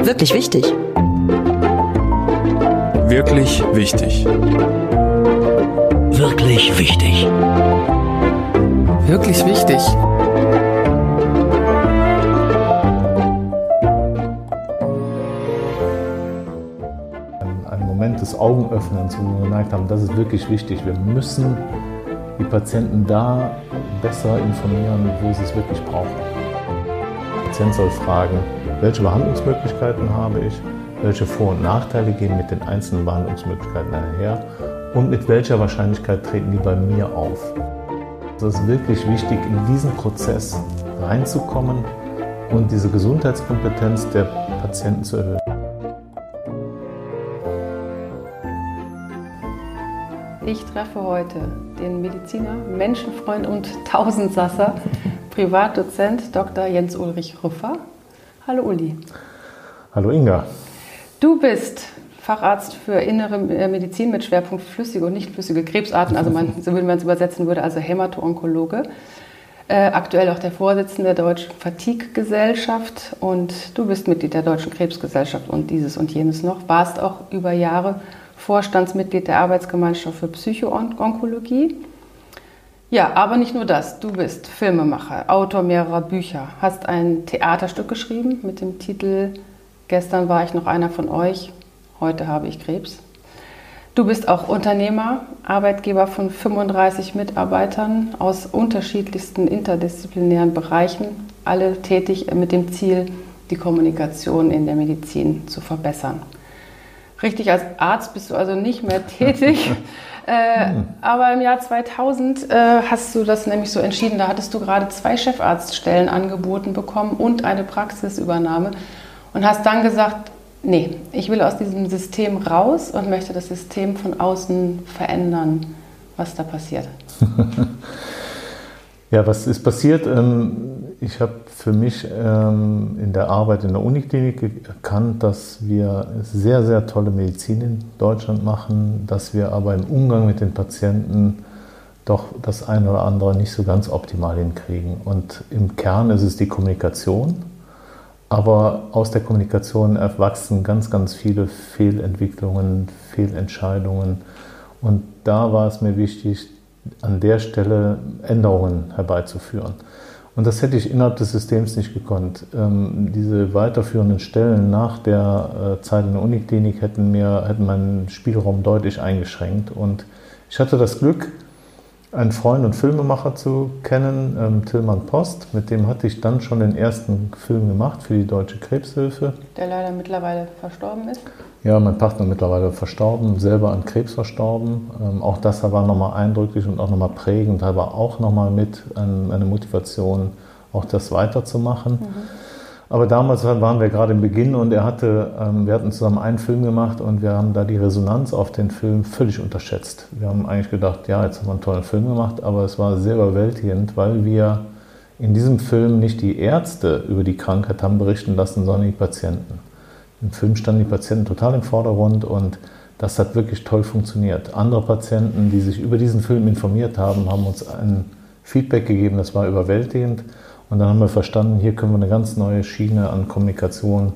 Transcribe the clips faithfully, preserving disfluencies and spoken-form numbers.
Wirklich wichtig. Wirklich wichtig. Wirklich wichtig. Wirklich wichtig. Ein Moment des Augenöffnens, wo wir gemerkt haben, das ist wirklich wichtig. Wir müssen die Patienten da besser informieren, wo sie es wirklich brauchen. Der Patient soll fragen, welche Behandlungsmöglichkeiten habe ich, welche Vor- und Nachteile gehen mit den einzelnen Behandlungsmöglichkeiten einher und mit welcher Wahrscheinlichkeit treten die bei mir auf. Es ist wirklich wichtig, in diesen Prozess reinzukommen und diese Gesundheitskompetenz der Patienten zu erhöhen. Ich treffe heute den Mediziner, Menschenfreund und Tausendsasser, Privatdozent Doktor Jens Ulrich Rüffer. Hallo Uli. Hallo Inga. Du bist Facharzt für Innere Medizin mit Schwerpunkt flüssige und nicht flüssige Krebsarten, also man, so würde man es übersetzen würde, also Hämato-Onkologe. Äh, aktuell auch der Vorsitzende der Deutschen Fatigue-Gesellschaft und du bist Mitglied der Deutschen Krebsgesellschaft und dieses und jenes noch, warst auch über Jahre Vorstandsmitglied der Arbeitsgemeinschaft für Psycho-Onkologie. Ja, aber nicht nur das. Du bist Filmemacher, Autor mehrerer Bücher, hast ein Theaterstück geschrieben mit dem Titel Gestern war ich noch einer von euch, heute habe ich Krebs. Du bist auch Unternehmer, Arbeitgeber von fünfunddreißig Mitarbeitern aus unterschiedlichsten interdisziplinären Bereichen, alle tätig mit dem Ziel, die Kommunikation in der Medizin zu verbessern. Richtig, als Arzt bist du also nicht mehr tätig, äh, aber im Jahr zweitausend äh, hast du das nämlich so entschieden, da hattest du gerade zwei Chefarztstellen angeboten bekommen und eine Praxisübernahme und hast dann gesagt, nee, ich will aus diesem System raus und möchte das System von außen verändern. Was da passiert? Ja, was ist passiert? Ich habe für mich in der Arbeit in der Uniklinik erkannt, dass wir sehr, sehr tolle Medizin in Deutschland machen, dass wir aber im Umgang mit den Patienten doch das eine oder andere nicht so ganz optimal hinkriegen. Und im Kern ist es die Kommunikation, aber aus der Kommunikation erwachsen ganz, ganz viele Fehlentwicklungen, Fehlentscheidungen. Und da war es mir wichtig, an der Stelle Änderungen herbeizuführen. Und das hätte ich innerhalb des Systems nicht gekonnt. Ähm, diese weiterführenden Stellen nach der äh, Zeit in der Uniklinik hätten, mir, hätten meinen Spielraum deutlich eingeschränkt. Und ich hatte das Glück, einen Freund und Filmemacher zu kennen, ähm, Tilman Post. Mit dem hatte ich dann schon den ersten Film gemacht für die Deutsche Krebshilfe. Der leider mittlerweile verstorben ist. Ja, mein Partner mittlerweile verstorben, selber an Krebs verstorben. Ähm, auch das war nochmal eindrücklich und auch nochmal prägend, aber auch nochmal mit ähm, eine Motivation, auch das weiterzumachen. Mhm. Aber damals waren wir gerade im Beginn und er hatte, ähm, wir hatten zusammen einen Film gemacht und wir haben da die Resonanz auf den Film völlig unterschätzt. Wir haben eigentlich gedacht, ja, jetzt haben wir einen tollen Film gemacht, aber es war sehr überwältigend, weil wir in diesem Film nicht die Ärzte über die Krankheit haben berichten lassen, sondern die Patienten. Im Film standen die Patienten total im Vordergrund und das hat wirklich toll funktioniert. Andere Patienten, die sich über diesen Film informiert haben, haben uns ein Feedback gegeben, das war überwältigend. Und dann haben wir verstanden, hier können wir eine ganz neue Schiene an Kommunikation,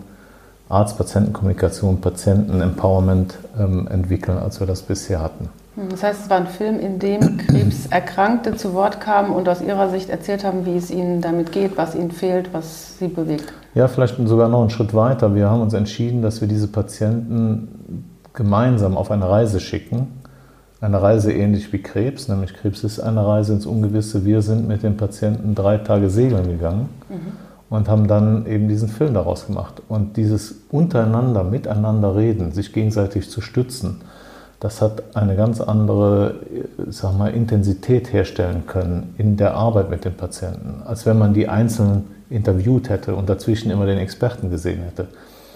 Arzt-Patienten-Kommunikation, Patienten-Empowerment ähm, entwickeln, als wir das bisher hatten. Das heißt, es war ein Film, in dem Krebserkrankte zu Wort kamen und aus ihrer Sicht erzählt haben, wie es ihnen damit geht, was ihnen fehlt, was sie bewegt. Ja, vielleicht sogar noch einen Schritt weiter. Wir haben uns entschieden, dass wir diese Patienten gemeinsam auf eine Reise schicken. Eine Reise ähnlich wie Krebs, nämlich Krebs ist eine Reise ins Ungewisse. Wir sind mit den Patienten drei Tage segeln gegangen mhm. und haben dann eben diesen Film daraus gemacht. Und dieses untereinander, miteinander reden, sich gegenseitig zu stützen, das hat eine ganz andere, sag mal, Intensität herstellen können in der Arbeit mit den Patienten, als wenn man die einzeln interviewt hätte und dazwischen immer den Experten gesehen hätte.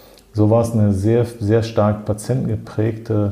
So war es eine sehr, sehr stark patientengeprägte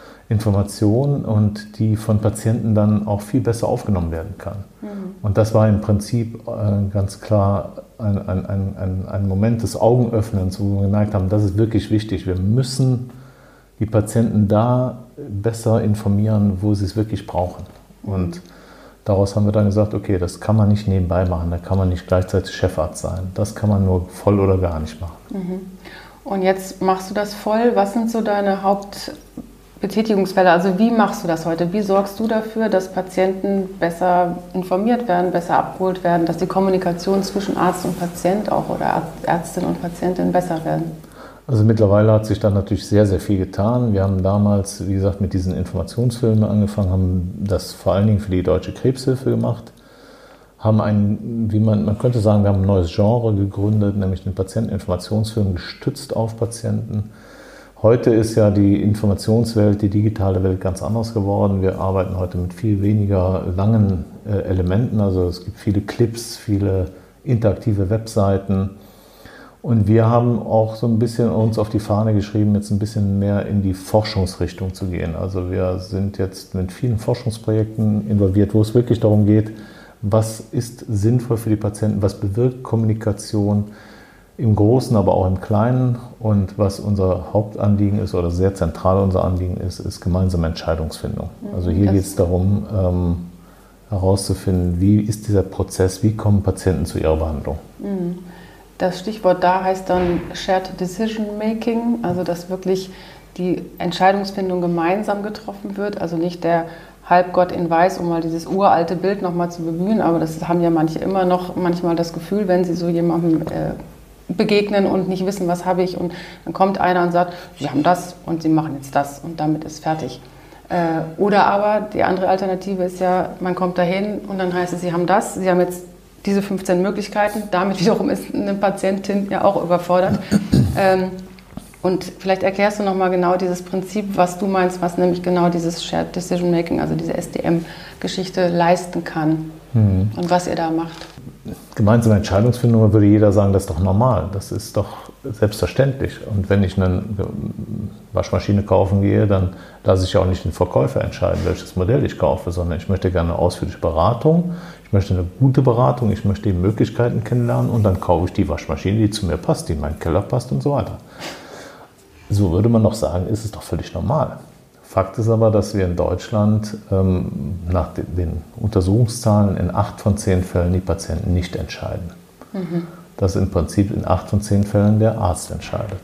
Information und die von Patienten dann auch viel besser aufgenommen werden kann. Mhm. Und das war im Prinzip äh, ganz klar ein, ein, ein, ein Moment des Augenöffnens, wo wir gemerkt haben, das ist wirklich wichtig. Wir müssen die Patienten da besser informieren, wo sie es wirklich brauchen. Mhm. Und daraus haben wir dann gesagt, okay, das kann man nicht nebenbei machen, da kann man nicht gleichzeitig Chefarzt sein. Das kann man nur voll oder gar nicht machen. Mhm. Und jetzt machst du das voll. Was sind so deine Hauptbetätigungsfelder? Also wie machst du das heute? Wie sorgst du dafür, dass Patienten besser informiert werden, besser abgeholt werden, dass die Kommunikation zwischen Arzt und Patient auch oder Ärztin und Patientin besser werden? Also mittlerweile hat sich da natürlich sehr, sehr viel getan. Wir haben damals, wie gesagt, mit diesen Informationsfilmen angefangen, haben das vor allen Dingen für die Deutsche Krebshilfe gemacht, haben ein, wie man, man könnte sagen, wir haben ein neues Genre gegründet, nämlich den Patienteninformationsfilm gestützt auf Patienten. Heute ist ja die Informationswelt, die digitale Welt ganz anders geworden. Wir arbeiten heute mit viel weniger langen äh, Elementen, also es gibt viele Clips, viele interaktive Webseiten. Und wir haben auch so ein bisschen uns auf die Fahne geschrieben, jetzt ein bisschen mehr in die Forschungsrichtung zu gehen. Also wir sind jetzt mit vielen Forschungsprojekten involviert, wo es wirklich darum geht, was ist sinnvoll für die Patienten, was bewirkt Kommunikation im Großen, aber auch im Kleinen. Und was unser Hauptanliegen ist oder sehr zentral unser Anliegen ist, ist gemeinsame Entscheidungsfindung. Also hier geht es darum, ähm, herauszufinden, wie ist dieser Prozess, wie kommen Patienten zu ihrer Behandlung. Mhm. Das Stichwort da heißt dann Shared Decision Making, also dass wirklich die Entscheidungsfindung gemeinsam getroffen wird, also nicht der Halbgott in Weiß, um mal dieses uralte Bild nochmal zu bemühen, aber das haben ja manche immer noch manchmal das Gefühl, wenn sie so jemandem äh, begegnen und nicht wissen, was habe ich, und dann kommt einer und sagt, sie haben das und sie machen jetzt das und damit ist fertig. Äh, oder aber die andere Alternative ist ja, man kommt dahin und dann heißt es, sie haben das, sie haben jetzt diese fünfzehn Möglichkeiten, damit wiederum ist eine Patientin ja auch überfordert. ähm, und vielleicht erklärst du nochmal genau dieses Prinzip, was du meinst, was nämlich genau dieses Shared Decision Making, also diese S D M-Geschichte leisten kann mhm. und was ihr da macht. Gemeinsame Entscheidungsfindung, würde jeder sagen, das ist doch normal, das ist doch selbstverständlich. Und wenn ich eine Waschmaschine kaufen gehe, dann lasse ich ja auch nicht den Verkäufer entscheiden, welches Modell ich kaufe, sondern ich möchte gerne eine ausführliche Beratung, ich möchte eine gute Beratung, ich möchte die Möglichkeiten kennenlernen und dann kaufe ich die Waschmaschine, die zu mir passt, die in meinen Keller passt und so weiter. So würde man doch sagen, ist es doch völlig normal. Fakt ist aber, dass wir in Deutschland ähm, nach den, den Untersuchungszahlen in acht von zehn Fällen die Patienten nicht entscheiden. Mhm. Dass im Prinzip in acht von zehn Fällen der Arzt entscheidet.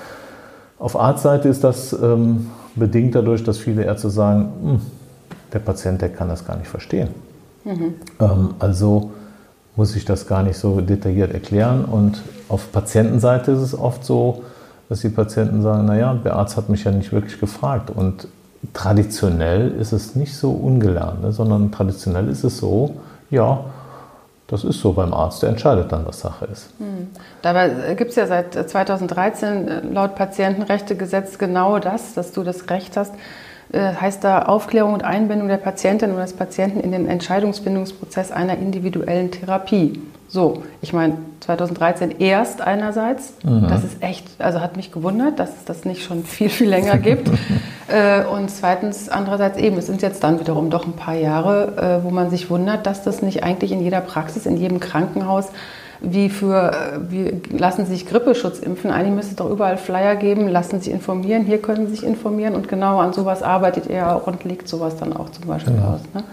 Auf Arztseite ist das ähm, bedingt dadurch, dass viele Ärzte sagen, der Patient, der kann das gar nicht verstehen. Mhm. Ähm, also muss ich das gar nicht so detailliert erklären. Und auf Patientenseite ist es oft so, dass die Patienten sagen, naja, der Arzt hat mich ja nicht wirklich gefragt. Und traditionell ist es nicht so ungelernt, ne, sondern traditionell ist es so, ja, das ist so beim Arzt, der entscheidet dann, was Sache ist. Hm. Dabei gibt es ja seit zweitausenddreizehn laut Patientenrechtegesetz genau das, dass du das Recht hast, äh, heißt da Aufklärung und Einbindung der Patientin oder des Patienten in den Entscheidungsfindungsprozess einer individuellen Therapie. So, ich meine, zweitausenddreizehn erst einerseits, mhm. das ist echt, also hat mich gewundert, dass es das nicht schon viel, viel länger gibt. äh, und zweitens, andererseits eben, es sind jetzt dann wiederum doch ein paar Jahre, äh, wo man sich wundert, dass das nicht eigentlich in jeder Praxis, in jedem Krankenhaus, wie für, wie lassen Sie sich Grippeschutz impfen, eigentlich müsste es doch überall Flyer geben, lassen Sie sich informieren, hier können Sie sich informieren und genau an sowas arbeitet ihr auch und legt sowas dann auch zum Beispiel genau. aus. Ne?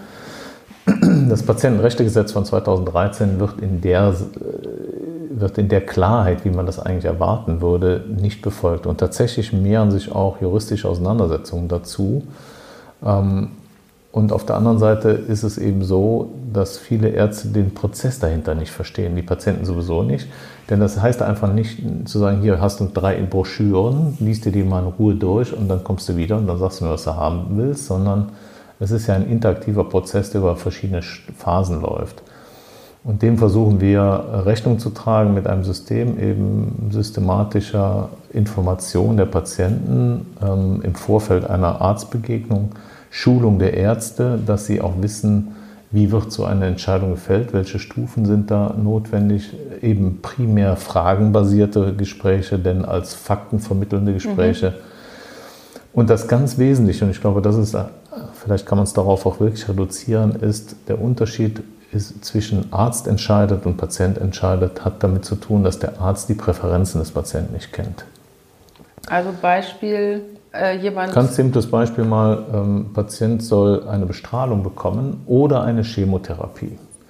Das Patientenrechtegesetz von zweitausenddreizehn wird in, der, wird in der Klarheit, wie man das eigentlich erwarten würde, nicht befolgt. Und tatsächlich mehren sich auch juristische Auseinandersetzungen dazu. Und auf der anderen Seite ist es eben so, dass viele Ärzte den Prozess dahinter nicht verstehen, die Patienten sowieso nicht. Denn das heißt einfach nicht zu sagen, hier hast du drei Broschüren, liest dir die mal in Ruhe durch und dann kommst du wieder und dann sagst du mir, was du haben willst, sondern es ist ja ein interaktiver Prozess, der über verschiedene Phasen läuft. Und dem versuchen wir Rechnung zu tragen mit einem System eben systematischer Information der Patienten ähm, im Vorfeld einer Arztbegegnung, Schulung der Ärzte, dass sie auch wissen, wie wird so eine Entscheidung gefällt, welche Stufen sind da notwendig, eben primär fragenbasierte Gespräche, denn als faktenvermittelnde Gespräche. Mhm. Und das ganz Wesentliche, und ich glaube, das ist, vielleicht kann man es darauf auch wirklich reduzieren, ist, der Unterschied ist zwischen Arzt entscheidet und Patient entscheidet, hat damit zu tun, dass der Arzt die Präferenzen des Patienten nicht kennt. Also Beispiel, äh, jemand... Ganz simples Beispiel mal, ähm, Patient soll eine Bestrahlung bekommen oder eine Chemotherapie.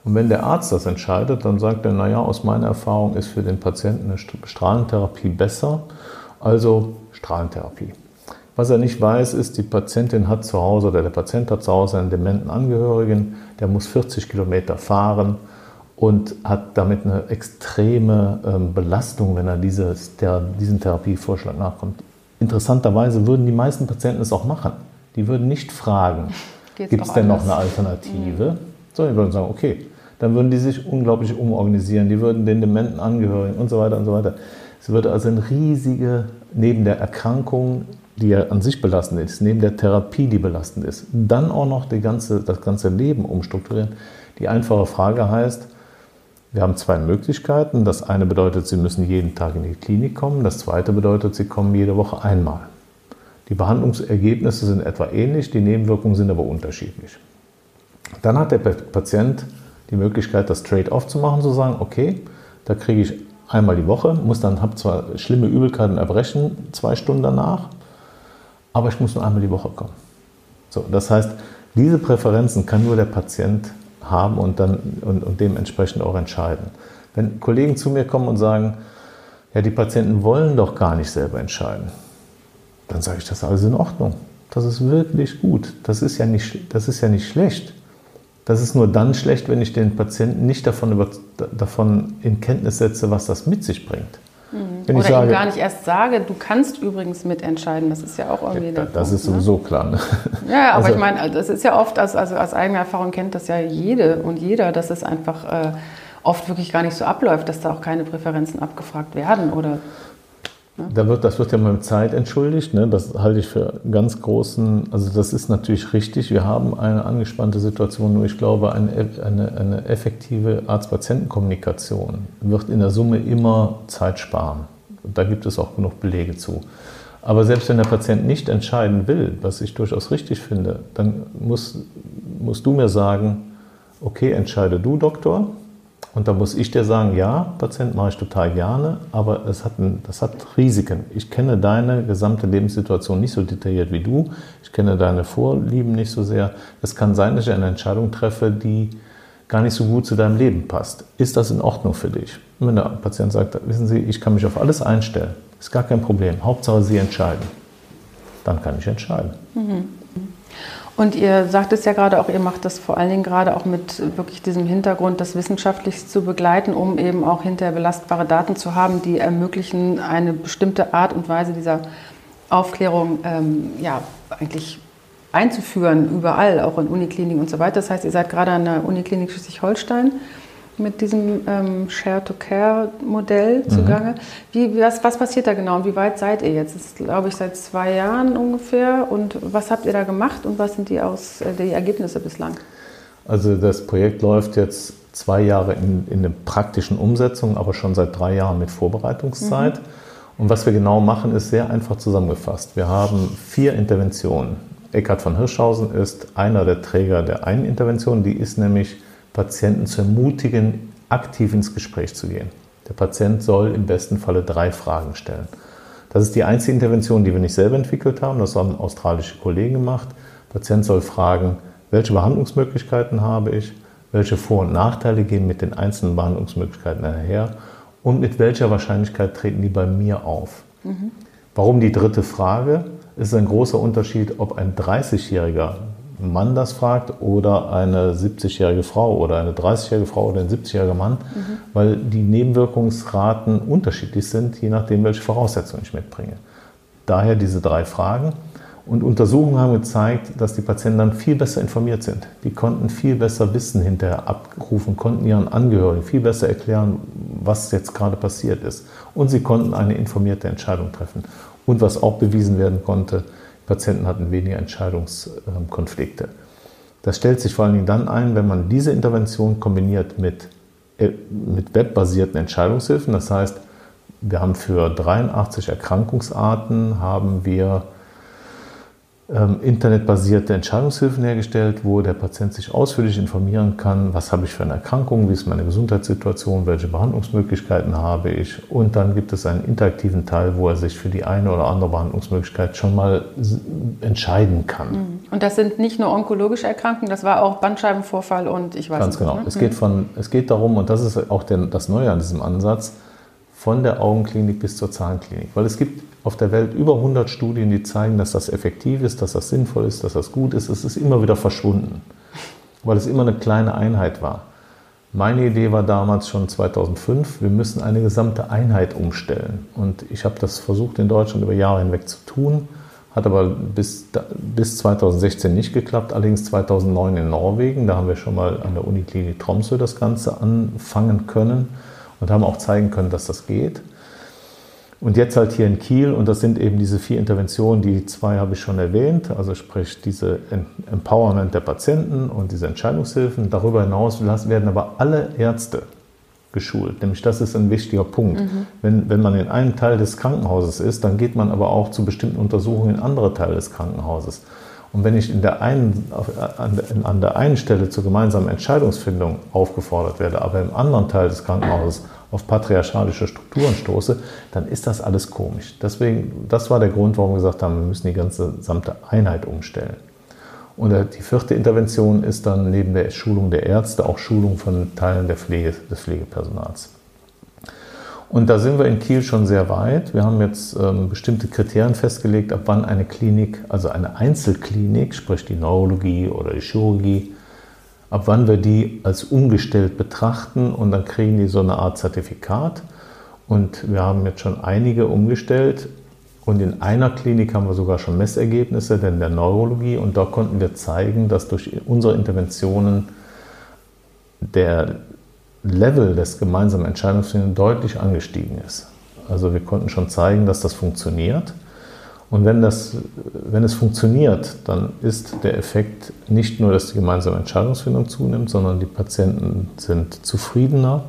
Und wenn der Arzt das entscheidet, dann sagt er, naja, aus meiner Erfahrung ist für den Patienten eine Strahlentherapie besser, also Strahlentherapie. Was er nicht weiß, ist, die Patientin hat zu Hause oder der Patient hat zu Hause einen dementen Angehörigen, der muss vierzig Kilometer fahren und hat damit eine extreme ähm, Belastung, wenn er dieses, der, diesen Therapievorschlag nachkommt. Interessanterweise würden die meisten Patienten es auch machen. Die würden nicht fragen, gibt es denn noch eine Alternative? Mhm. Sondern die würden sagen, okay, dann würden die sich unglaublich umorganisieren, die würden den dementen Angehörigen und so weiter und so weiter. Es würde also eine riesige, neben der Erkrankung, die ja an sich belastend ist, neben der Therapie, die belastend ist, dann auch noch die ganze, das ganze Leben umstrukturieren. Die einfache Frage heißt, wir haben zwei Möglichkeiten. Das eine bedeutet, Sie müssen jeden Tag in die Klinik kommen. Das zweite bedeutet, Sie kommen jede Woche einmal. Die Behandlungsergebnisse sind etwa ähnlich, die Nebenwirkungen sind aber unterschiedlich. Dann hat der Patient die Möglichkeit, das Trade-off zu machen, zu sagen, okay, da kriege ich einmal die Woche, muss dann, habe zwar schlimme Übelkeit und Erbrechen zwei Stunden danach, aber ich muss nur einmal die Woche kommen. So, das heißt, diese Präferenzen kann nur der Patient haben und, dann, und, und dementsprechend auch entscheiden. Wenn Kollegen zu mir kommen und sagen, ja, die Patienten wollen doch gar nicht selber entscheiden, dann sage ich, das ist alles in Ordnung. Das ist wirklich gut. Das ist ja nicht, das ist ja nicht schlecht. Das ist nur dann schlecht, wenn ich den Patienten nicht davon, über, davon in Kenntnis setze, was das mit sich bringt. Mhm. Wenn Oder ich sage, ihm gar nicht erst sage, du kannst übrigens mitentscheiden. Das ist ja auch irgendwie ja, der Das Punkt, ist sowieso ne? klar. Ne? Ja, aber also, ich meine, das ist ja oft, also, also aus eigener Erfahrung kennt das ja jede und jeder, dass es einfach äh, oft wirklich gar nicht so abläuft, dass da auch keine Präferenzen abgefragt werden, oder? Da wird, das wird ja mal mit Zeit entschuldigt, ne? Das halte ich für ganz großen, also das ist natürlich richtig, wir haben eine angespannte Situation, nur ich glaube, eine, eine, eine effektive Arzt-Patienten-Kommunikation wird in der Summe immer Zeit sparen. Da gibt es auch genug Belege zu. Aber selbst wenn der Patient nicht entscheiden will, was ich durchaus richtig finde, dann musst, musst du mir sagen, okay, entscheide du, Doktor. Und da muss ich dir sagen, ja, Patient, mache ich total gerne, aber es hat ein, das hat Risiken. Ich kenne deine gesamte Lebenssituation nicht so detailliert wie du. Ich kenne deine Vorlieben nicht so sehr. Es kann sein, dass ich eine Entscheidung treffe, die gar nicht so gut zu deinem Leben passt. Ist das in Ordnung für dich? Und wenn der Patient sagt, wissen Sie, ich kann mich auf alles einstellen, ist gar kein Problem. Hauptsache Sie entscheiden. Dann kann ich entscheiden. Mhm. Und ihr sagt es ja gerade auch, ihr macht das vor allen Dingen gerade auch mit wirklich diesem Hintergrund, das wissenschaftlich zu begleiten, um eben auch hinterher belastbare Daten zu haben, die ermöglichen, eine bestimmte Art und Weise dieser Aufklärung ähm, ja, eigentlich einzuführen, überall, auch in Unikliniken und so weiter. Das heißt, ihr seid gerade an der Uniklinik Schleswig-Holstein mit diesem ähm, Share-to-Care-Modell mhm. zugange. Wie, was, was passiert da genau und wie weit seid ihr jetzt? Das ist, glaube ich, seit zwei Jahren ungefähr. Und was habt ihr da gemacht und was sind die, Aus, äh, die Ergebnisse bislang? Also das Projekt läuft jetzt zwei Jahre in, in der praktischen Umsetzung, aber schon seit drei Jahren mit Vorbereitungszeit. Mhm. Und was wir genau machen, ist sehr einfach zusammengefasst. Wir haben vier Interventionen. Eckhard von Hirschhausen ist einer der Träger der einen Intervention, die ist nämlich Patienten zu ermutigen, aktiv ins Gespräch zu gehen. Der Patient soll im besten Falle drei Fragen stellen. Das ist die einzige Intervention, die wir nicht selber entwickelt haben. Das haben australische Kollegen gemacht. Der Patient soll fragen, welche Behandlungsmöglichkeiten habe ich, welche Vor- und Nachteile gehen mit den einzelnen Behandlungsmöglichkeiten einher und mit welcher Wahrscheinlichkeit treten die bei mir auf. Mhm. Warum die dritte Frage? Es ist ein großer Unterschied, ob ein dreißigjähriger Mann das fragt oder eine siebzigjährige Frau oder eine dreißigjährige Frau oder ein siebzigjähriger Mann, mhm. weil die Nebenwirkungsraten unterschiedlich sind, je nachdem, welche Voraussetzungen ich mitbringe. Daher diese drei Fragen. Und Untersuchungen haben gezeigt, dass die Patienten dann viel besser informiert sind. Die konnten viel besser Wissen hinterher abrufen, konnten ihren Angehörigen viel besser erklären, was jetzt gerade passiert ist. Und sie konnten eine informierte Entscheidung treffen. Und was auch bewiesen werden konnte, Patienten hatten weniger Entscheidungskonflikte. Das stellt sich vor allen Dingen dann ein, wenn man diese Intervention kombiniert mit, mit webbasierten Entscheidungshilfen. Das heißt, wir haben für dreiundachtzig Erkrankungsarten haben wir ähm, internetbasierte Entscheidungshilfen hergestellt, wo der Patient sich ausführlich informieren kann, was habe ich für eine Erkrankung, wie ist meine Gesundheitssituation, welche Behandlungsmöglichkeiten habe ich. Und dann gibt es einen interaktiven Teil, wo er sich für die eine oder andere Behandlungsmöglichkeit schon mal entscheiden kann. Und das sind nicht nur onkologische Erkrankungen, das war auch Bandscheibenvorfall und ich weiß Ganz nicht. genau. Ne? Es geht von, es geht darum, und das ist auch der, das Neue an diesem Ansatz, von der Augenklinik bis zur Zahnklinik. Weil es gibt auf der Welt über hundert Studien, die zeigen, dass das effektiv ist, dass das sinnvoll ist, dass das gut ist. Es ist immer wieder verschwunden, weil es immer eine kleine Einheit war. Meine Idee war damals schon zweitausendfünf, wir müssen eine gesamte Einheit umstellen. Und ich habe das versucht in Deutschland über Jahre hinweg zu tun, hat aber bis, bis zweitausendsechzehn nicht geklappt, allerdings zweitausendneun in Norwegen. Da haben wir schon mal an der Uniklinik Tromsø das Ganze anfangen können und haben auch zeigen können, dass das geht. Und jetzt halt hier in Kiel, und das sind eben diese vier Interventionen, die zwei habe ich schon erwähnt, also sprich diese Empowerment der Patienten und diese Entscheidungshilfen. Darüber hinaus werden aber alle Ärzte geschult, nämlich das ist ein wichtiger Punkt. Mhm. Wenn, wenn man in einem Teil des Krankenhauses ist, dann geht man aber auch zu bestimmten Untersuchungen in andere Teile des Krankenhauses. Und wenn ich in der einen, an, der, an der einen Stelle zur gemeinsamen Entscheidungsfindung aufgefordert werde, aber im anderen Teil des Krankenhauses auf patriarchalische Strukturen stoße, dann ist das alles komisch. Deswegen, das war der Grund, warum wir gesagt haben, wir müssen die ganze gesamte Einheit umstellen. Und die vierte Intervention ist dann neben der Schulung der Ärzte auch Schulung von Teilen der Pflege, des Pflegepersonals. Und da sind wir in Kiel schon sehr weit. Wir haben jetzt ähm, bestimmte Kriterien festgelegt, ab wann eine Klinik, also eine Einzelklinik, sprich die Neurologie oder die Chirurgie, ab wann wir die als umgestellt betrachten, und dann kriegen die so eine Art Zertifikat. Und wir haben jetzt schon einige umgestellt, und in einer Klinik haben wir sogar schon Messergebnisse, denn der Neurologie, und da konnten wir zeigen, dass durch unsere Interventionen der Level des gemeinsamen Entscheidungsfindens deutlich angestiegen ist. Also wir konnten schon zeigen, dass das funktioniert. Und wenn, das, wenn es funktioniert, dann ist der Effekt nicht nur, dass die gemeinsame Entscheidungsfindung zunimmt, sondern die Patienten sind zufriedener,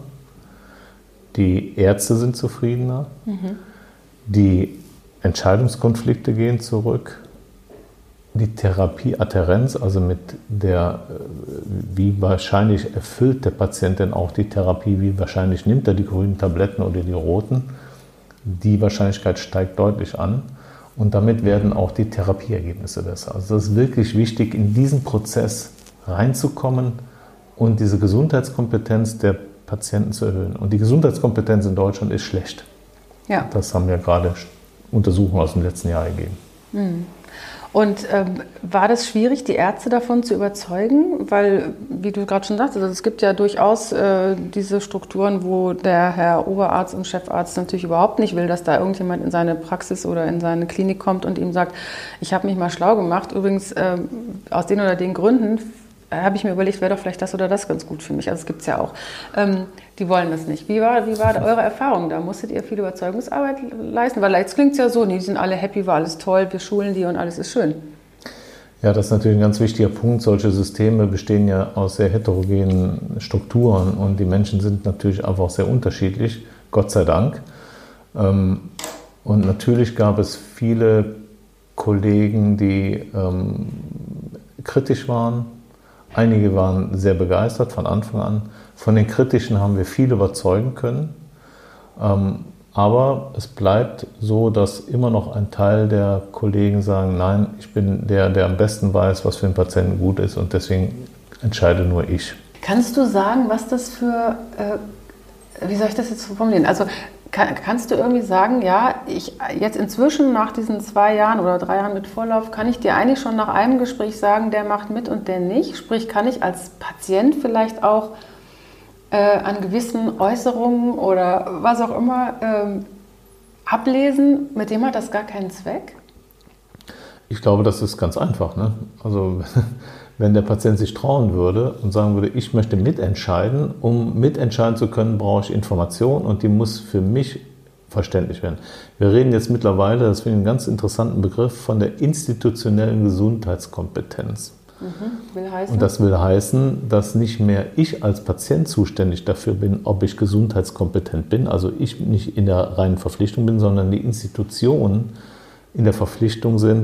die Ärzte sind zufriedener, mhm. die Entscheidungskonflikte gehen zurück, die Therapieadhärenz, also mit der, wie wahrscheinlich erfüllt der Patient denn auch die Therapie, wie wahrscheinlich nimmt er die grünen Tabletten oder die roten, die Wahrscheinlichkeit steigt deutlich an. Und damit werden auch die Therapieergebnisse besser. Also das ist wirklich wichtig, in diesen Prozess reinzukommen und diese Gesundheitskompetenz der Patienten zu erhöhen. Und die Gesundheitskompetenz in Deutschland ist schlecht. Ja. Das haben ja gerade Untersuchungen aus dem letzten Jahr ergeben. Hm. Und ähm, war das schwierig, die Ärzte davon zu überzeugen? Weil, wie du gerade schon sagtest, also es gibt ja durchaus äh, diese Strukturen, wo der Herr Oberarzt und Chefarzt natürlich überhaupt nicht will, dass da irgendjemand in seine Praxis oder in seine Klinik kommt und ihm sagt, ich habe mich mal schlau gemacht. Übrigens, äh, aus den oder den Gründen habe ich mir überlegt, wäre doch vielleicht das oder das ganz gut für mich. Also es gibt es ja auch. Ähm, die wollen das nicht. Wie war, wie war eure Erfahrung da? Musstet ihr viel Überzeugungsarbeit leisten? Weil jetzt klingt es ja so, nee, die sind alle happy, war alles toll, wir schulen die und alles ist schön. Ja, das ist natürlich ein ganz wichtiger Punkt. Solche Systeme bestehen ja aus sehr heterogenen Strukturen und die Menschen sind natürlich einfach sehr unterschiedlich, Gott sei Dank. Und natürlich gab es viele Kollegen, die ähm, kritisch waren. Einige waren sehr begeistert von Anfang an. Von den Kritischen haben wir viel überzeugen können. Aber es bleibt so, dass immer noch ein Teil der Kollegen sagen, nein, ich bin der, der am besten weiß, was für den Patienten gut ist und deswegen entscheide nur ich. Kannst du sagen, was das für, äh, wie soll ich das jetzt formulieren? Also kann, kannst du irgendwie sagen, ja, ich jetzt inzwischen nach diesen zwei Jahren oder drei Jahren mit Vorlauf, kann ich dir eigentlich schon nach einem Gespräch sagen, der macht mit und der nicht? Sprich, kann ich als Patient vielleicht auch äh, an gewissen Äußerungen oder was auch immer ähm, ablesen, mit dem hat das gar keinen Zweck? Ich glaube, das ist ganz einfach, ne? Also wenn der Patient sich trauen würde und sagen würde, ich möchte mitentscheiden, um mitentscheiden zu können, brauche ich Information und die muss für mich verständlich werden. Wir reden jetzt mittlerweile, das finde ich einen ganz interessanten Begriff, von der institutionellen Gesundheitskompetenz. Mhm, will heißen? Und das will heißen, dass nicht mehr ich als Patient zuständig dafür bin, ob ich gesundheitskompetent bin, also ich nicht in der reinen Verpflichtung bin, sondern die Institutionen in der Verpflichtung sind,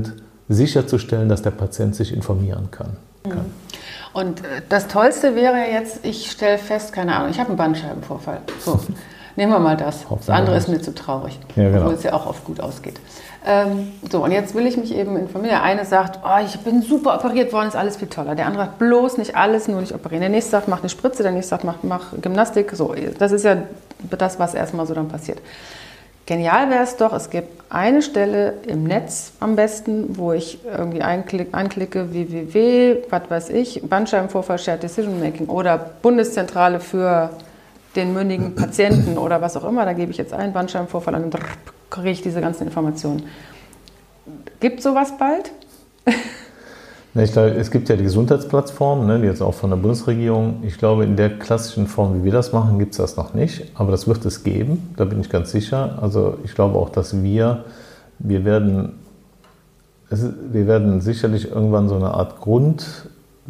sicherzustellen, dass der Patient sich informieren kann. kann. Und das Tollste wäre jetzt, ich stelle fest, keine Ahnung, ich habe einen Bandscheibenvorfall. So, nehmen wir mal das. Das andere ist mir zu traurig, ja, genau. obwohl es ja auch oft gut ausgeht. Ähm, so, und jetzt will ich mich eben informieren. Der eine sagt, oh, ich bin super operiert worden, ist alles viel toller. Der andere sagt, bloß nicht alles, nur nicht operieren. Der nächste sagt, mach eine Spritze, der nächste sagt, mach, mach Gymnastik. So, das ist ja das, was erstmal so dann passiert. Genial wäre es doch, es gibt eine Stelle im Netz am besten, wo ich irgendwie einklick, anklicke, w w w, was weiß ich, Bandscheibenvorfall, Shared Decision Making oder Bundeszentrale für den mündigen Patienten oder was auch immer. Da gebe ich jetzt ein, Bandscheibenvorfall, und dann kriege ich diese ganzen Informationen. Gibt es sowas bald? Ich glaube, es gibt ja die Gesundheitsplattform, ne, die jetzt auch von der Bundesregierung. Ich glaube, in der klassischen Form, wie wir das machen, gibt es das noch nicht. Aber das wird es geben, da bin ich ganz sicher. Also ich glaube auch, dass wir, wir werden, es ist, wir werden sicherlich irgendwann so eine Art Grundwissen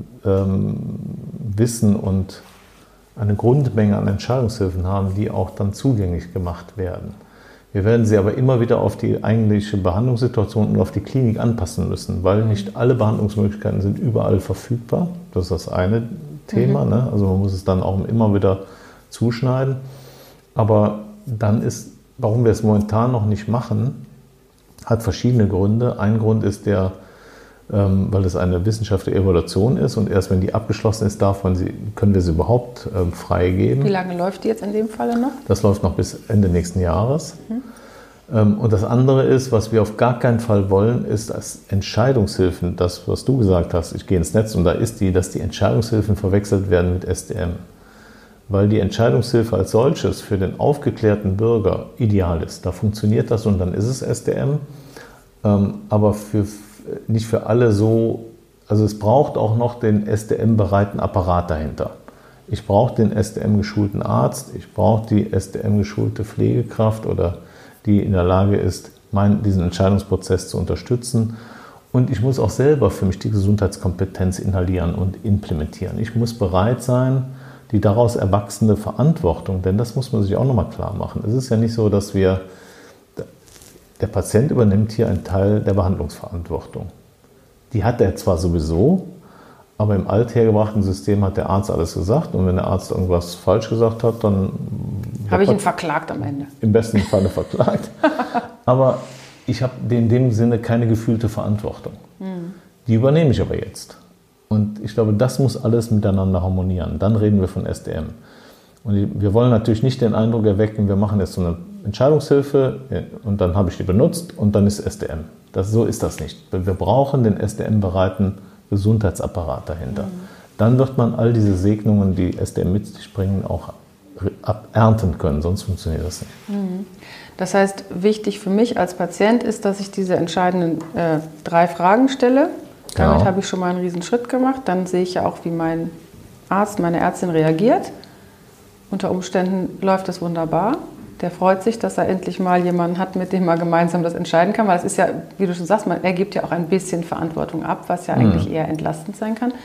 ähm, und eine Grundmenge an Entscheidungshilfen haben, die auch dann zugänglich gemacht werden. Wir werden sie aber immer wieder auf die eigentliche Behandlungssituation und auf die Klinik anpassen müssen, weil nicht alle Behandlungsmöglichkeiten sind überall verfügbar. Das ist das eine Thema. Mhm. Ne? Also man muss es dann auch immer wieder zuschneiden. Aber dann ist, warum wir es momentan noch nicht machen, hat verschiedene Gründe. Ein Grund ist der, ähm, weil es eine wissenschaftliche Evaluation ist und erst wenn die abgeschlossen ist, darf man sie, können wir sie überhaupt ähm, freigeben. Wie lange läuft die jetzt in dem Falle noch? Das läuft noch bis Ende nächsten Jahres. Mhm. Ähm, und das andere ist, was wir auf gar keinen Fall wollen, ist, dass Entscheidungshilfen, das, was du gesagt hast, ich gehe ins Netz und da ist die, dass die Entscheidungshilfen verwechselt werden mit S D M. Weil die Entscheidungshilfe als solches für den aufgeklärten Bürger ideal ist. Da funktioniert das und dann ist es S D M. Ähm, aber für nicht für alle so, also es braucht auch noch den S D M-bereiten Apparat dahinter. Ich brauche den S D M-geschulten Arzt, ich brauche die S D M-geschulte Pflegekraft oder die in der Lage ist, meinen, diesen Entscheidungsprozess zu unterstützen. Und ich muss auch selber für mich die Gesundheitskompetenz inhalieren und implementieren. Ich muss bereit sein, die daraus erwachsene Verantwortung, denn das muss man sich auch nochmal klar machen. Es ist ja nicht so, dass wir Der Patient übernimmt hier einen Teil der Behandlungsverantwortung. Die hat er zwar sowieso, aber im althergebrachten System hat der Arzt alles gesagt und wenn der Arzt irgendwas falsch gesagt hat, dann... Habe ich ihn verklagt am Ende. Im besten Falle verklagt. Aber ich habe in dem Sinne keine gefühlte Verantwortung. Mhm. Die übernehme ich aber jetzt. Und ich glaube, das muss alles miteinander harmonieren. Dann reden wir von S D M. Und wir wollen natürlich nicht den Eindruck erwecken, wir machen jetzt so eine Entscheidungshilfe und dann habe ich die benutzt und dann ist S D M. Das, so ist das nicht. Wir brauchen den S D M-bereiten Gesundheitsapparat dahinter. Mhm. Dann wird man all diese Segnungen, die S D M mit sich bringen, auch ernten können, sonst funktioniert das nicht. Mhm. Das heißt, wichtig für mich als Patient ist, dass ich diese entscheidenden äh, drei Fragen stelle. Damit genau. habe ich schon mal einen riesen Schritt gemacht. Dann sehe ich ja auch, wie mein Arzt, meine Ärztin reagiert. Unter Umständen läuft das wunderbar. Der freut sich, dass er endlich mal jemanden hat, mit dem er gemeinsam das entscheiden kann. Weil es ist ja, wie du schon sagst, man, er gibt ja auch ein bisschen Verantwortung ab, was ja eigentlich mhm. eher entlastend sein kann.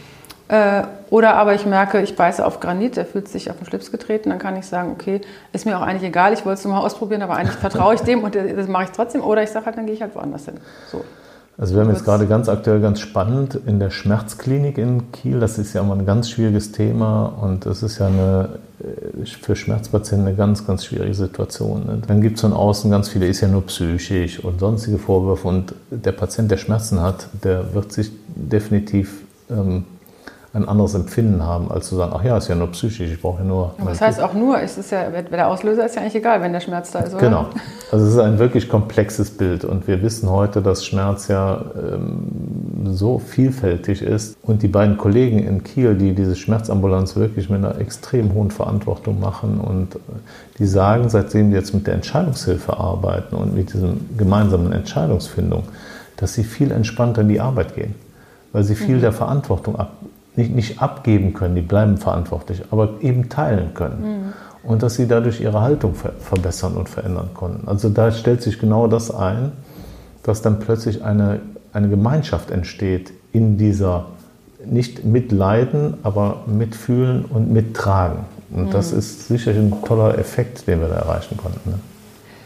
Äh, oder aber ich merke, ich beiße auf Granit, der fühlt sich auf den Schlips getreten. Dann kann ich sagen, okay, ist mir auch eigentlich egal, ich wollte es nur mal ausprobieren, aber eigentlich vertraue ich dem und das mache ich trotzdem. Oder ich sage halt, dann gehe ich halt woanders hin. So. Also wir haben jetzt gerade ganz aktuell, ganz spannend in der Schmerzklinik in Kiel, das ist ja immer ein ganz schwieriges Thema und das ist ja eine, für Schmerzpatienten eine ganz, ganz schwierige Situation. Ne? Dann gibt es von außen ganz viele, ist ja nur psychisch und sonstige Vorwürfe und der Patient, der Schmerzen hat, der wird sich definitiv ähm, ein anderes Empfinden haben, als zu sagen, ach ja, ist ja nur psychisch, ich brauche ja nur... Aber das heißt auch nur, es ist ja, der Auslöser ist ja eigentlich egal, wenn der Schmerz da ist, oder? Genau. Also es ist ein wirklich komplexes Bild und wir wissen heute, dass Schmerz ja ähm, so vielfältig ist und die beiden Kollegen in Kiel, die diese Schmerzambulanz wirklich mit einer extrem hohen Verantwortung machen und die sagen, seitdem die jetzt mit der Entscheidungshilfe arbeiten und mit dieser gemeinsamen Entscheidungsfindung, dass sie viel entspannter in die Arbeit gehen, weil sie viel mhm. der Verantwortung ab Nicht, nicht abgeben können, die bleiben verantwortlich, aber eben teilen können. Mhm. Und dass sie dadurch ihre Haltung ver- verbessern und verändern konnten. Also da stellt sich genau das ein, dass dann plötzlich eine, eine Gemeinschaft entsteht in dieser, nicht mitleiden, aber mitfühlen und mittragen. Und mhm. das ist sicherlich ein toller Effekt, den wir da erreichen konnten. Ne?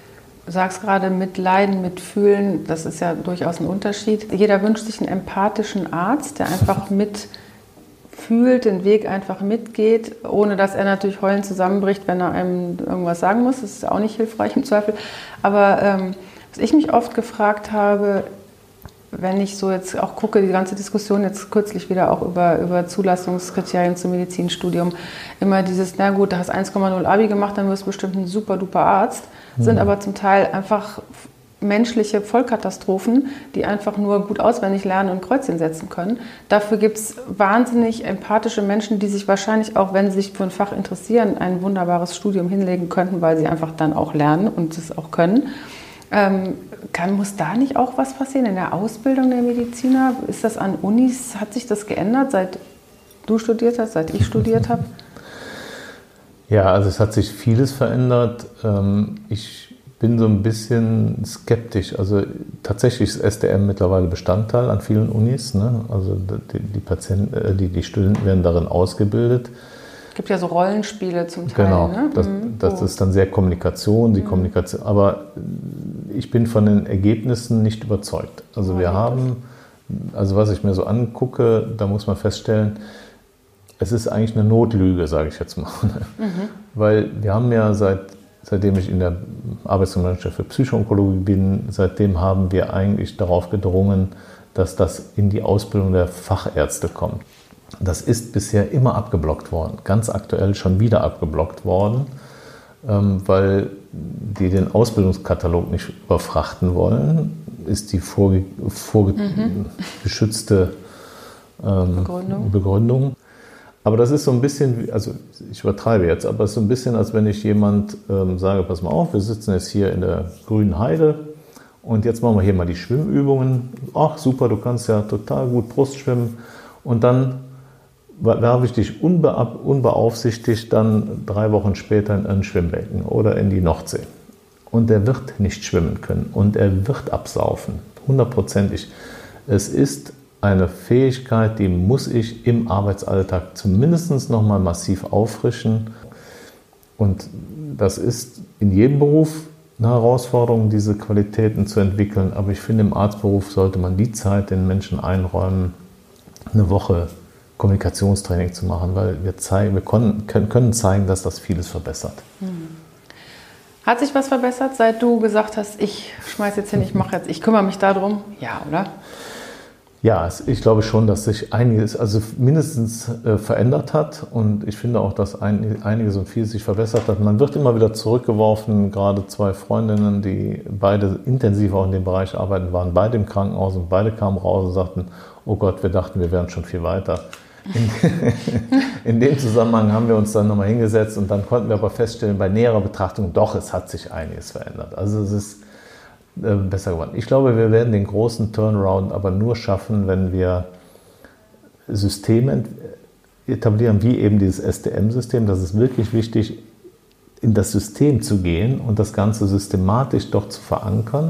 sagst gerade mitleiden, mitfühlen, das ist ja durchaus ein Unterschied. Jeder wünscht sich einen empathischen Arzt, der einfach mitfühlt, den Weg einfach mitgeht, ohne dass er natürlich heulend zusammenbricht, wenn er einem irgendwas sagen muss. Das ist auch nicht hilfreich im Zweifel. Aber ähm, was ich mich oft gefragt habe, wenn ich so jetzt auch gucke, die ganze Diskussion jetzt kürzlich wieder auch über, über Zulassungskriterien zum Medizinstudium, immer dieses, na gut, du hast eins Komma null Abi gemacht, dann wirst du bestimmt ein super duper Arzt, sind aber zum Teil einfach menschliche Vollkatastrophen, die einfach nur gut auswendig lernen und Kreuzchen setzen können. Dafür gibt es wahnsinnig empathische Menschen, die sich wahrscheinlich auch, wenn sie sich für ein Fach interessieren, ein wunderbares Studium hinlegen könnten, weil sie einfach dann auch lernen und es auch können. Ähm, kann, muss da nicht auch was passieren in der Ausbildung der Mediziner? Ist das an Unis, hat sich das geändert, seit du studiert hast, seit ich studiert habe? Ja, also es hat sich vieles verändert. Ich bin so ein bisschen skeptisch. Also tatsächlich ist S T M mittlerweile Bestandteil an vielen Unis. Ne? Also die, die, Patienten, die, die Studenten werden darin ausgebildet. Es gibt ja so Rollenspiele zum Teil. Genau, ne? das, das ist dann sehr Kommunikation, die mhm. Kommunikation. Aber ich bin von den Ergebnissen nicht überzeugt. Also wir haben, also was ich mir so angucke, da muss man feststellen, es ist eigentlich eine Notlüge, sage ich jetzt mal. Mhm. Weil wir haben ja seit, seitdem ich in der Arbeitsgemeinschaft für Psychoonkologie bin, seitdem haben wir eigentlich darauf gedrungen, dass das in die Ausbildung der Fachärzte kommt. Das ist bisher immer abgeblockt worden, ganz aktuell schon wieder abgeblockt worden, weil die den Ausbildungskatalog nicht überfrachten wollen, ist die vorge- vorgeschützte ähm, Begründung. Begründung. Aber das ist so ein bisschen, also ich übertreibe jetzt, aber es ist so ein bisschen, als wenn ich jemand ähm, sage, pass mal auf, wir sitzen jetzt hier in der grünen Heide und jetzt machen wir hier mal die Schwimmübungen. Ach super, du kannst ja total gut Brust schwimmen und dann werfe ich dich unbe- unbeaufsichtigt dann drei Wochen später in ein Schwimmbecken oder in die Nordsee. Und er wird nicht schwimmen können und er wird absaufen, hundertprozentig. Es ist eine Fähigkeit, die muss ich im Arbeitsalltag zumindest noch mal massiv auffrischen. Und das ist in jedem Beruf eine Herausforderung, diese Qualitäten zu entwickeln. Aber ich finde, im Arztberuf sollte man die Zeit den Menschen einräumen, eine Woche Kommunikationstraining zu machen, weil wir, zeigen, wir können, können zeigen, dass das vieles verbessert. Hat sich was verbessert, seit du gesagt hast, ich schmeiß jetzt hin, ich mache jetzt, ich kümmere mich darum? Ja, oder? Ja, ich glaube schon, dass sich einiges, also mindestens äh, verändert hat und ich finde auch, dass ein, einiges und viel sich verbessert hat. Man wird immer wieder zurückgeworfen, gerade zwei Freundinnen, die beide intensiv auch in dem Bereich arbeiten, waren beide im Krankenhaus und beide kamen raus und sagten, oh Gott, wir dachten, wir wären schon viel weiter. In, in dem Zusammenhang haben wir uns dann nochmal hingesetzt und dann konnten wir aber feststellen, bei näherer Betrachtung, doch, es hat sich einiges verändert. Also es ist äh, besser geworden. Ich glaube, wir werden den großen Turnaround aber nur schaffen, wenn wir Systeme etablieren, wie eben dieses S T M-System. Das ist wirklich wichtig, in das System zu gehen und das Ganze systematisch doch zu verankern.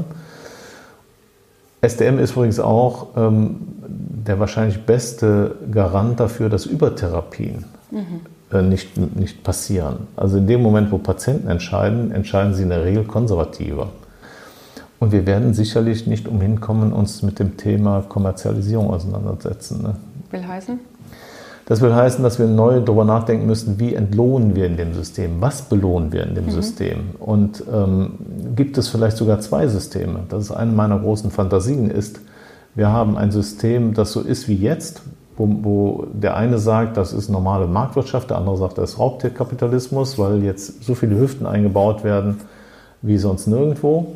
S T M ist übrigens auch ähm, der wahrscheinlich beste Garant dafür, dass Übertherapien mhm. äh, nicht, nicht passieren. Also in dem Moment, wo Patienten entscheiden, entscheiden sie in der Regel konservativer. Und wir werden sicherlich nicht umhin kommen, uns mit dem Thema Kommerzialisierung auseinandersetzen. Ne? Will heißen? Das will heißen, dass wir neu darüber nachdenken müssen, wie entlohnen wir in dem System, was belohnen wir in dem mhm. System und ähm, gibt es vielleicht sogar zwei Systeme. Das ist eine meiner großen Fantasien ist, wir haben ein System, das so ist wie jetzt, wo, wo der eine sagt, das ist normale Marktwirtschaft, der andere sagt, das ist Raubtierkapitalismus, weil jetzt so viele Hüften eingebaut werden wie sonst nirgendwo.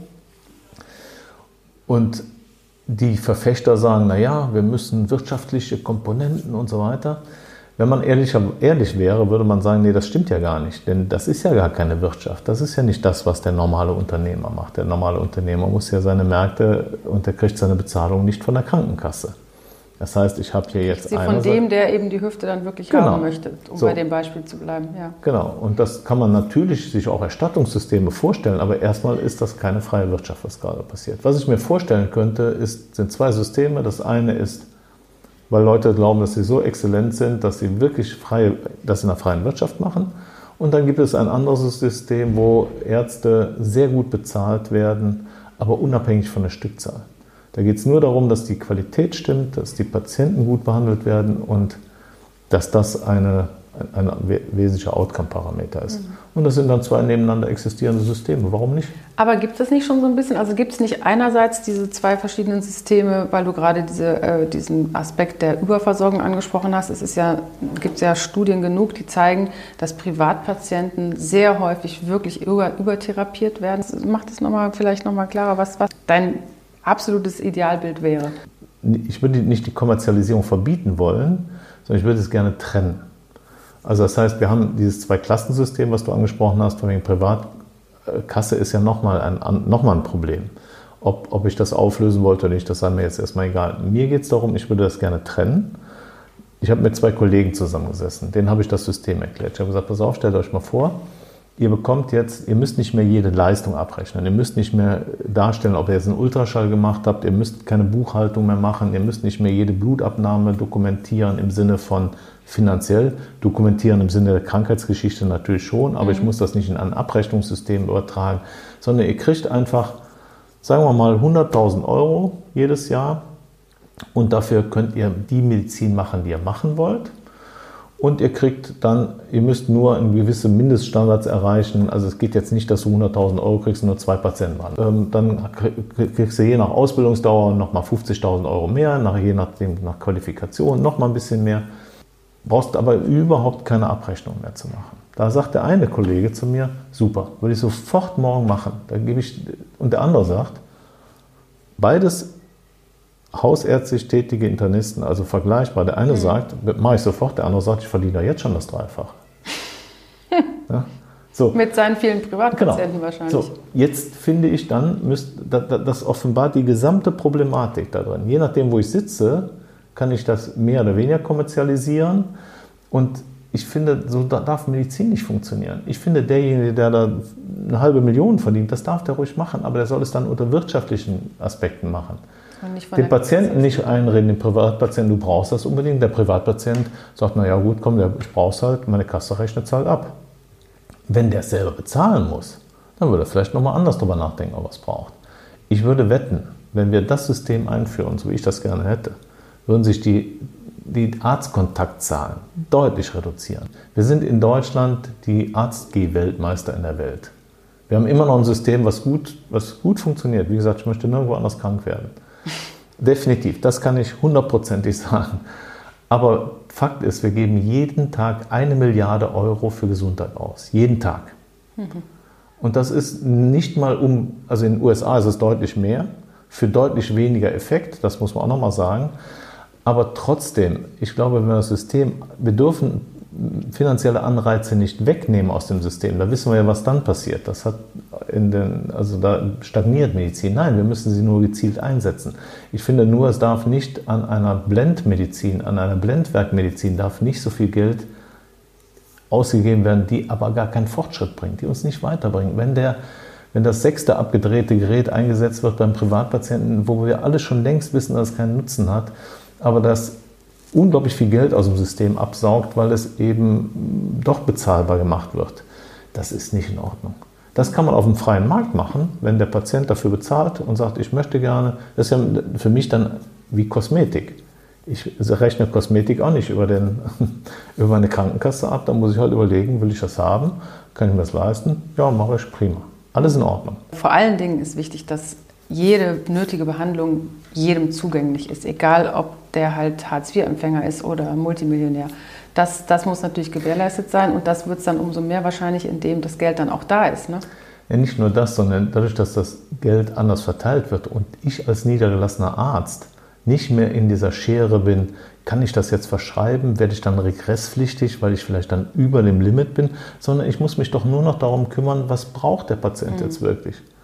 Und die Verfechter sagen, naja, wir müssen wirtschaftliche Komponenten und so weiter. Wenn man ehrlicher, ehrlich wäre, würde man sagen, nee, das stimmt ja gar nicht, denn das ist ja gar keine Wirtschaft. Das ist ja nicht das, was der normale Unternehmer macht. Der normale Unternehmer muss ja seine Märkte und der kriegt seine Bezahlung nicht von der Krankenkasse. Das heißt, ich habe hier jetzt Sie von dem, der eben die Hüfte dann wirklich genau. haben möchte, um so. bei dem Beispiel zu bleiben. Ja. Genau, und das kann man natürlich sich auch Erstattungssysteme vorstellen, aber erstmal ist das keine freie Wirtschaft, was gerade passiert. Was ich mir vorstellen könnte, ist, sind zwei Systeme. Das eine ist, weil Leute glauben, dass sie so exzellent sind, dass sie wirklich freie, das in der freien Wirtschaft machen. Und dann gibt es ein anderes System, wo Ärzte sehr gut bezahlt werden, aber unabhängig von der Stückzahl. Da geht es nur darum, dass die Qualität stimmt, dass die Patienten gut behandelt werden und dass das eine, ein, ein wesentlicher Outcome-Parameter ist. Mhm. Und das sind dann zwei nebeneinander existierende Systeme. Warum nicht? Aber gibt es nicht schon so ein bisschen, also gibt es nicht einerseits diese zwei verschiedenen Systeme, weil du gerade diese, äh, diesen Aspekt der Überversorgung angesprochen hast. Es ist ja, gibt ja Studien genug, die zeigen, dass Privatpatienten sehr häufig wirklich über, übertherapiert werden. Macht es noch mal, vielleicht nochmal klarer, was, was dein absolutes Idealbild wäre? Ich würde nicht die Kommerzialisierung verbieten wollen, sondern ich würde es gerne trennen. Also das heißt, wir haben dieses Zwei-Klassen-System, was du angesprochen hast, von wegen Privatkasse ist ja nochmal ein, noch mal ein Problem. Ob, ob ich das auflösen wollte oder nicht, das sei mir jetzt erstmal egal. Mir geht es darum, ich würde das gerne trennen. Ich habe mit zwei Kollegen zusammengesessen, denen habe ich das System erklärt. Ich habe gesagt, pass auf, stellt euch mal vor, ihr bekommt jetzt, ihr müsst nicht mehr jede Leistung abrechnen, ihr müsst nicht mehr darstellen, ob ihr jetzt einen Ultraschall gemacht habt, ihr müsst keine Buchhaltung mehr machen, ihr müsst nicht mehr jede Blutabnahme dokumentieren im Sinne von finanziell, dokumentieren im Sinne der Krankheitsgeschichte natürlich schon, aber mhm. ich muss das nicht in ein Abrechnungssystem übertragen, sondern ihr kriegt einfach, sagen wir mal, hunderttausend Euro jedes Jahr und dafür könnt ihr die Medizin machen, die ihr machen wollt. Und ihr kriegt dann, ihr müsst nur gewisse Mindeststandards erreichen. Also es geht jetzt nicht, dass du hunderttausend Euro kriegst und nur zwei Patienten machen. Ähm, dann kriegst du je nach Ausbildungsdauer nochmal fünfzigtausend Euro mehr, nach, je nachdem nach Qualifikation nochmal ein bisschen mehr. Brauchst aber überhaupt keine Abrechnung mehr zu machen. Da sagt der eine Kollege zu mir, super, würde ich sofort morgen machen. Da gebe ich, und der andere sagt, beides hausärztlich tätige Internisten, also vergleichbar. Der eine mhm. sagt, mache ich sofort, der andere sagt, ich verdiene ja jetzt schon das Dreifache. Ja? So. Mit seinen vielen Privatpatienten genau. wahrscheinlich. So. Jetzt finde ich dann, müsst, das offenbart die gesamte Problematik da drin. Je nachdem, wo ich sitze, kann ich das mehr oder weniger kommerzialisieren. Und ich finde, so darf Medizin nicht funktionieren. Ich finde, derjenige, der da eine halbe Million verdient, das darf der ruhig machen, aber der soll es dann unter wirtschaftlichen Aspekten machen. Den Patienten nicht einreden, den Privatpatienten, du brauchst das unbedingt. Der Privatpatient sagt, na ja gut, komm, ich brauch's halt, meine Kasse rechnet es halt ab. Wenn der es selber bezahlen muss, dann würde er vielleicht nochmal anders drüber nachdenken, ob er es braucht. Ich würde wetten, wenn wir das System einführen, so wie ich das gerne hätte, würden sich die, die Arztkontaktzahlen deutlich reduzieren. Wir sind in Deutschland die Arzt-G-Weltmeister in der Welt. Wir haben immer noch ein System, was gut, was gut funktioniert. Wie gesagt, ich möchte nirgendwo anders krank werden. Definitiv, das kann ich hundertprozentig sagen. Aber Fakt ist, wir geben jeden Tag eine Milliarde Euro für Gesundheit aus. Jeden Tag. Mhm. Und das ist nicht mal um, also in den U S A ist es deutlich mehr, für deutlich weniger Effekt, das muss man auch nochmal sagen. Aber trotzdem, ich glaube, wenn wir das System, wir dürfen finanzielle Anreize nicht wegnehmen aus dem System. Da wissen wir ja, was dann passiert. Das hat in den, also da stagniert Medizin. Nein, wir müssen sie nur gezielt einsetzen. Ich finde nur, es darf nicht an einer Blendmedizin, an einer Blendwerkmedizin darf nicht so viel Geld ausgegeben werden, die aber gar keinen Fortschritt bringt, die uns nicht weiterbringen. Wenn der, wenn das sechste abgedrehte Gerät eingesetzt wird beim Privatpatienten, wo wir alle schon längst wissen, dass es keinen Nutzen hat, aber das unglaublich viel Geld aus dem System absaugt, weil es eben doch bezahlbar gemacht wird. Das ist nicht in Ordnung. Das kann man auf dem freien Markt machen, wenn der Patient dafür bezahlt und sagt, ich möchte gerne, das ist ja für mich dann wie Kosmetik. Ich rechne Kosmetik auch nicht über, den, über meine Krankenkasse ab, da muss ich halt überlegen, will ich das haben, kann ich mir das leisten? Ja, mache ich, prima. Alles in Ordnung. Vor allen Dingen ist wichtig, dass jede nötige Behandlung jedem zugänglich ist, egal ob der halt Hartz vier Empfänger ist oder Multimillionär. Das, das muss natürlich gewährleistet sein und das wird es dann umso mehr wahrscheinlich, indem das Geld dann auch da ist. Ne? Ja, nicht nur das, sondern dadurch, dass das Geld anders verteilt wird und ich als niedergelassener Arzt nicht mehr in dieser Schere bin, kann ich das jetzt verschreiben, werde ich dann regresspflichtig, weil ich vielleicht dann über dem Limit bin, sondern ich muss mich doch nur noch darum kümmern, was braucht der Patient mhm. jetzt wirklich.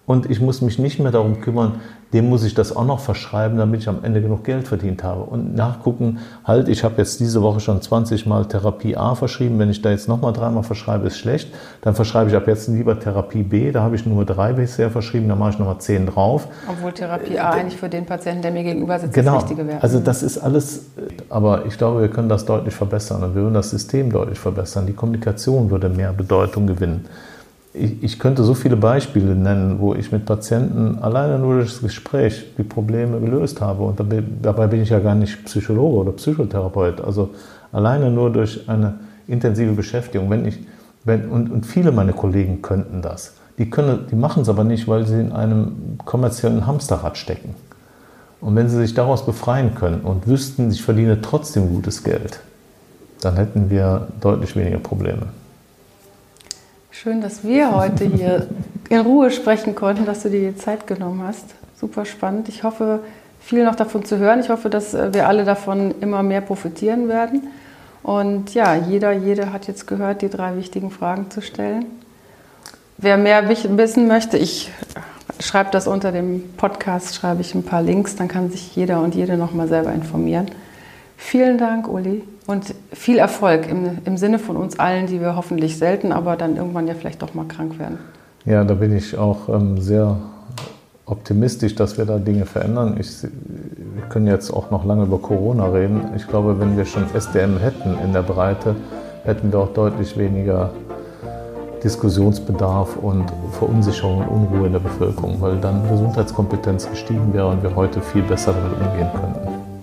und ich muss mich nicht mehr darum kümmern, dem muss ich das auch noch verschreiben, damit ich am Ende genug Geld verdient habe. Und nachgucken, halt, ich habe jetzt diese Woche schon zwanzig Mal Therapie A verschrieben, wenn ich da jetzt nochmal dreimal verschreibe, ist schlecht. Dann verschreibe ich ab jetzt lieber Therapie B, da habe ich nur drei bisher verschrieben, da mache ich nochmal zehn drauf. Obwohl Therapie A eigentlich für den Patienten, der mir gegenüber sitzt, genau, das Richtige wäre. Also das ist alles, aber ich glaube, wir können das deutlich verbessern und wir würden das System deutlich verbessern. Die Kommunikation würde mehr Bedeutung gewinnen. Ich, ich könnte so viele Beispiele nennen, wo ich mit Patienten alleine nur durch das Gespräch die Probleme gelöst habe. Und dabei, dabei bin ich ja gar nicht Psychologe oder Psychotherapeut. Also alleine nur durch eine intensive Beschäftigung. Wenn ich, wenn, und, und viele meiner Kollegen könnten das. Die, können, die machen es aber nicht, weil sie in einem kommerziellen Hamsterrad stecken. Und wenn sie sich daraus befreien können und wüssten, ich verdiene trotzdem gutes Geld, dann hätten wir deutlich weniger Probleme. Schön, dass wir heute hier in Ruhe sprechen konnten, dass du dir die Zeit genommen hast. Super spannend. Ich hoffe, viel noch davon zu hören. Ich hoffe, dass wir alle davon immer mehr profitieren werden. Und ja, jeder, jede hat jetzt gehört, die drei wichtigen Fragen zu stellen. Wer mehr wissen möchte, ich schreibe das unter dem Podcast, schreibe ich ein paar Links, dann kann sich jeder und jede noch mal selber informieren. Vielen Dank, Uli, und viel Erfolg im, im Sinne von uns allen, die wir hoffentlich selten, aber dann irgendwann ja vielleicht doch mal krank werden. Ja, da bin ich auch ähm, sehr optimistisch, dass wir da Dinge verändern. Ich, wir können jetzt auch noch lange über Corona reden. Ich glaube, wenn wir schon S D M hätten in der Breite, hätten wir auch deutlich weniger Diskussionsbedarf und Verunsicherung und Unruhe in der Bevölkerung, weil dann Gesundheitskompetenz gestiegen wäre und wir heute viel besser damit umgehen könnten.